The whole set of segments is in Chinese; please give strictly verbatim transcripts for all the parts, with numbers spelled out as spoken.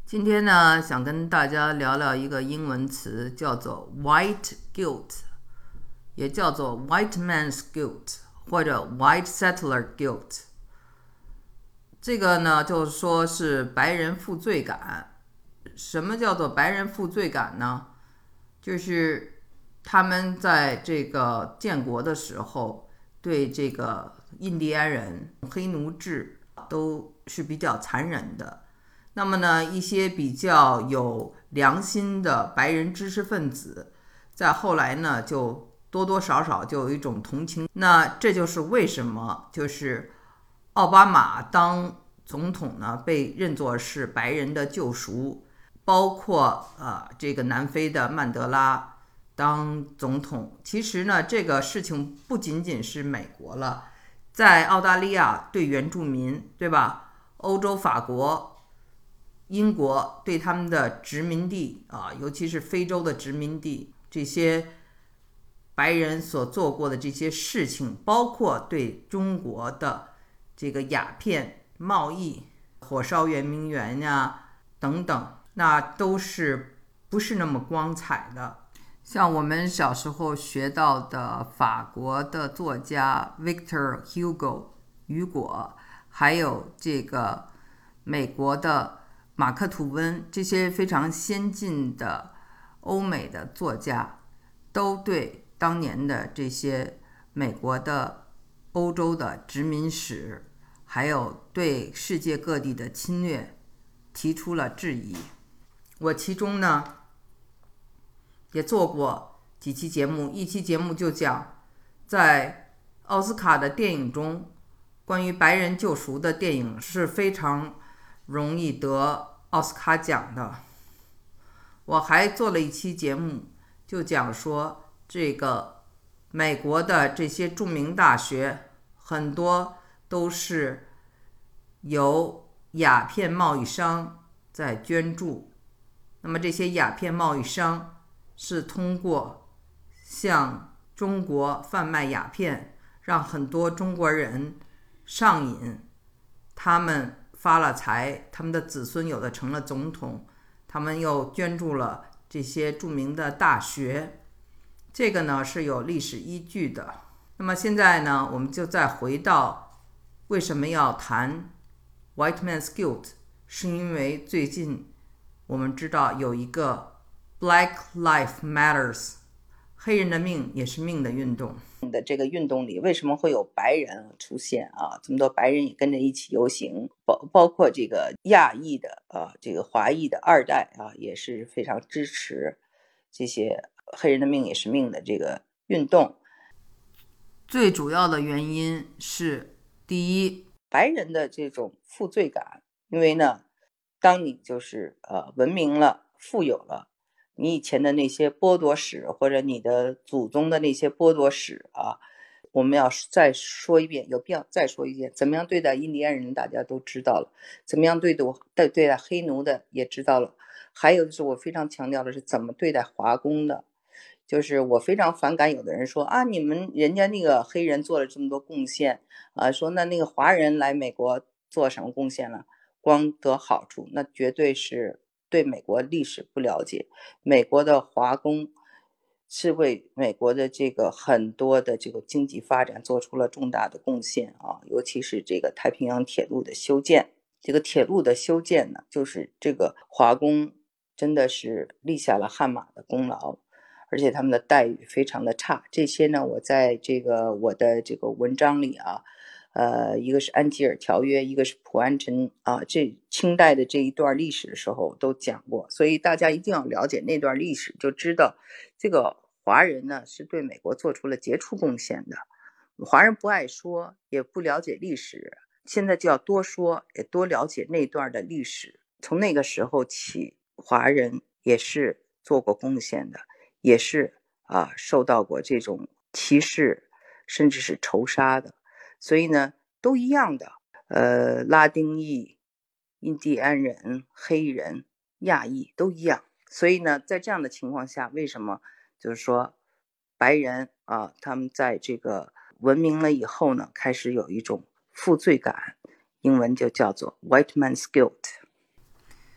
今天呢，想跟大家聊聊一个英文词，叫做 white guilt， 也叫做 white man's guilt 或者 white settler guilt。 这个呢，就是说是白人负罪感。什么叫做白人负罪感呢？就是他们在这个建国的时候，对这个印第安人黑奴制都是比较残忍的。那么呢，一些比较有良心的白人知识分子，在后来呢，就多多少少就有一种同情。那这就是为什么就是奥巴马当总统呢，被认作是白人的救赎，包括呃这个南非的曼德拉当总统。其实呢，这个事情不仅仅是美国了，在澳大利亚对原住民，对吧？欧洲法国、英国对他们的殖民地啊，尤其是非洲的殖民地，这些白人所做过的这些事情，包括对中国的这个鸦片贸易、火烧圆明园呀等等，那都是不是那么光彩的。像我们小时候学到的法国的作家 Victor Hugo 雨果，还有这个美国的马克吐温，这些非常先进的欧美的作家，都对当年的这些美国的欧洲的殖民史，还有对世界各地的侵略提出了质疑。我其中呢也做过几期节目，一期节目就讲在奥斯卡的电影中，关于白人救赎的电影是非常容易得奥斯卡奖的。我还做了一期节目，就讲说这个美国的这些著名大学很多都是由鸦片贸易商在捐助，那么这些鸦片贸易商是通过向中国贩卖鸦片，让很多中国人上瘾，他们发了财，他们的子孙有的成了总统，他们又捐助了这些著名的大学，这个呢是有历史依据的。那么现在呢，我们就再回到为什么要谈 white man's guilt， 是因为最近我们知道有一个 Black Lives Matters， 黑人的命也是命的运动的这个运动里，为什么会有白人出现啊？这么多白人也跟着一起游行，包包括这个亚裔的啊，这个华裔的二代啊，也是非常支持这些黑人的命也是命的这个运动。 最主要的原因是，第一， 白人的这种负罪感，因为呢，当你就是呃文明了、富有了，你以前的那些剥夺史，或者你的祖宗的那些剥夺史啊，我们要再说一遍，有必要再说一遍。怎么样对待印第安人，大家都知道了；怎么样对待对待黑奴的，也知道了。还有就是我非常强调的是怎么对待华工的。就是我非常反感有的人说啊，你们人家那个黑人做了这么多贡献啊，说那那个华人来美国做什么贡献了？光得好处，那绝对是对美国历史不了解。美国的华工是为美国的这个很多的这个经济发展做出了重大的贡献啊，尤其是这个太平洋铁路的修建。这个铁路的修建呢，就是这个华工真的是立下了汗马的功劳。而且他们的待遇非常的差，这些呢，我在这个我的这个文章里啊，呃，一个是安吉尔条约，一个是普安臣啊，这清代的这一段历史的时候都讲过，所以大家一定要了解那段历史，就知道这个华人呢是对美国做出了杰出贡献的。华人不爱说，也不了解历史，现在就要多说，也多了解那段的历史。从那个时候起，华人也是做过贡献的。也是啊，受到过这种歧视，甚至是仇杀的，所以呢，都一样的。呃，拉丁裔、印第安人、黑人、亚裔都一样。所以呢，在这样的情况下，为什么就是说白人啊，他们在这个文明了以后呢，开始有一种负罪感，英文就叫做 white man's guilt。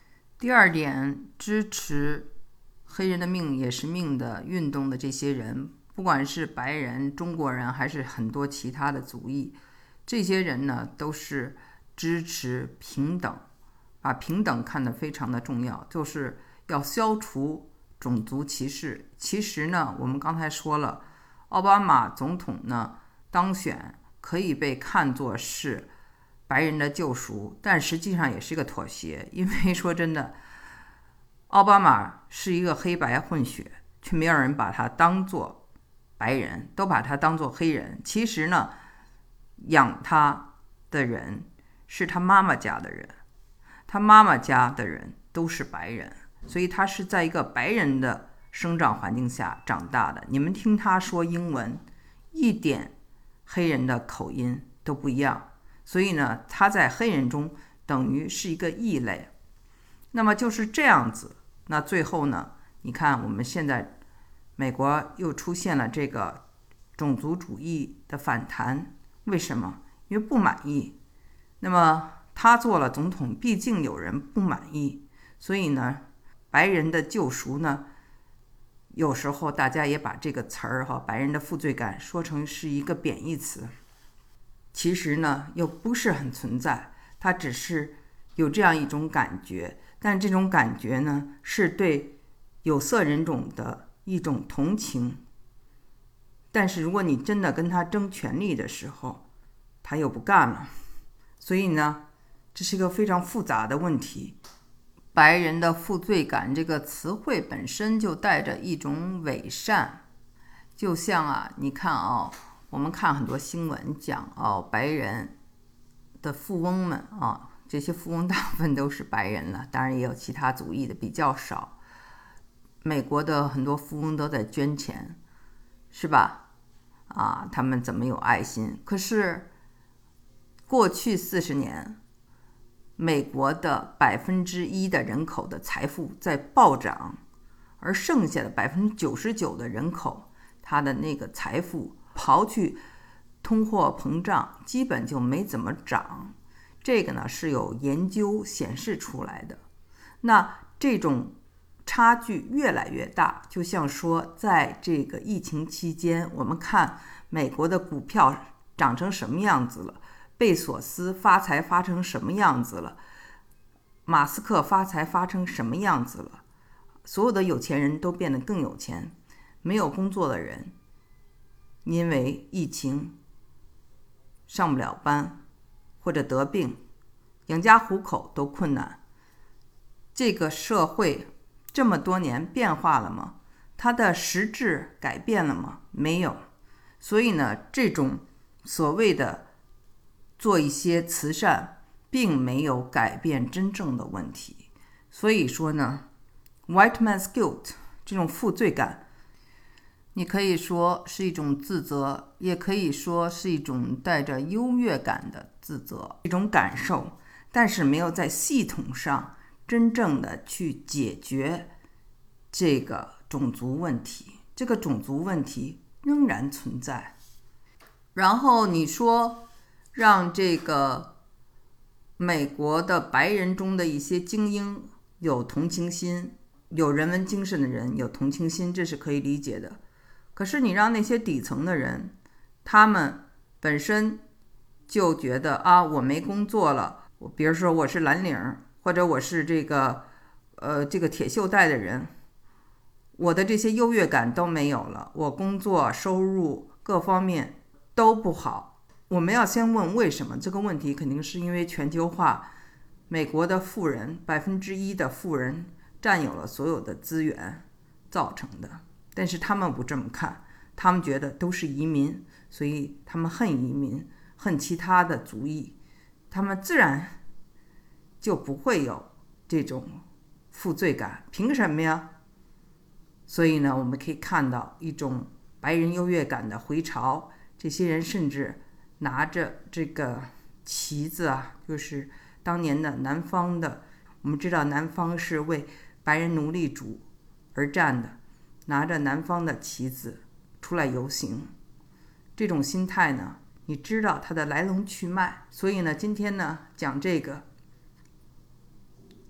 第二点，支持黑人的命也是命的运动的这些人，不管是白人、中国人还是很多其他的族裔，这些人呢都是支持平等，把平等看得非常的重要，就是要消除种族歧视。其实呢，我们刚才说了，奥巴马总统呢当选可以被看作是白人的救赎，但实际上也是一个妥协，因为说真的，奥巴马是一个黑白混血，却没有人把他当作白人，都把他当作黑人。其实呢，养他的人是他妈妈家的人，他妈妈家的人都是白人，所以他是在一个白人的生长环境下长大的。你们听他说英文，一点黑人的口音都不一样，所以呢，他在黑人中等于是一个异类。那么就是这样子，那最后呢，你看我们现在美国又出现了这个种族主义的反弹，为什么？因为不满意。那么他做了总统，毕竟有人不满意，所以呢，白人的救赎呢，有时候大家也把这个词儿哈，白人的负罪感说成是一个贬义词，其实呢又不是很存在，它只是有这样一种感觉，但这种感觉呢是对有色人种的一种同情。但是如果你真的跟他争权力的时候，他又不干了。所以呢，这是一个非常复杂的问题。白人的负罪感这个词汇本身就带着一种伪善，就像啊，你看啊，我们看很多新闻讲哦，白人的富翁们啊，这些富翁大部分都是白人了，当然也有其他族裔的，比较少。美国的很多富翁都在捐钱，是吧？啊，他们怎么有爱心？可是过去四十年，美国的百分之一的人口的财富在暴涨，而剩下的百分之九十九的人口，他的那个财富刨去通货膨胀，基本就没怎么涨。这个呢是有研究显示出来的。那这种差距越来越大，就像说在这个疫情期间，我们看美国的股票涨成什么样子了，贝索斯发财发成什么样子了，马斯克发财发成什么样子了，所有的有钱人都变得更有钱，没有工作的人因为疫情上不了班或者得病，养家糊口都困难。这个社会这么多年变化了吗？它的实质改变了吗？没有。所以呢，这种所谓的做一些慈善，并没有改变真正的问题。所以说呢 white man's guilt 这种负罪感，你可以说是一种自责，也可以说是一种带着优越感的自责，一种感受，但是没有在系统上真正的去解决这个种族问题。这个种族问题仍然存在。然后你说让这个美国的白人中的一些精英有同情心，有人文精神的人有同情心，这是可以理解的。可是你让那些底层的人，他们本身就觉得啊，我没工作了，我比如说我是蓝领，或者我是这个呃这个铁锈带的人，我的这些优越感都没有了，我工作收入各方面都不好。我们要先问为什么？这个问题肯定是因为全球化，美国的富人百分之一的富人占有了所有的资源造成的。但是他们不这么看，他们觉得都是移民，所以他们恨移民，恨其他的族裔，他们自然就不会有这种负罪感，凭什么呀？所以呢，我们可以看到一种白人优越感的回潮，这些人甚至拿着这个旗子啊，就是当年的南方的，我们知道南方是为白人奴隶主而战的，拿着南方的旗子出来游行。这种心态呢，你知道它的来龙去脉。所以呢，今天呢讲这个，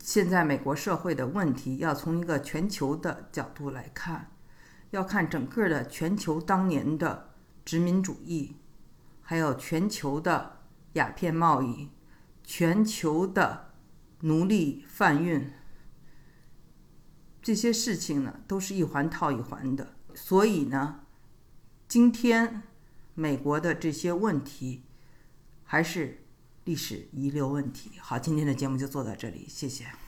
现在美国社会的问题要从一个全球的角度来看，要看整个的全球当年的殖民主义，还有全球的鸦片贸易，全球的奴隶贩运，这些事情呢都是一环套一环的。所以呢，今天美国的这些问题还是历史遗留问题。好，今天的节目就做到这里，谢谢。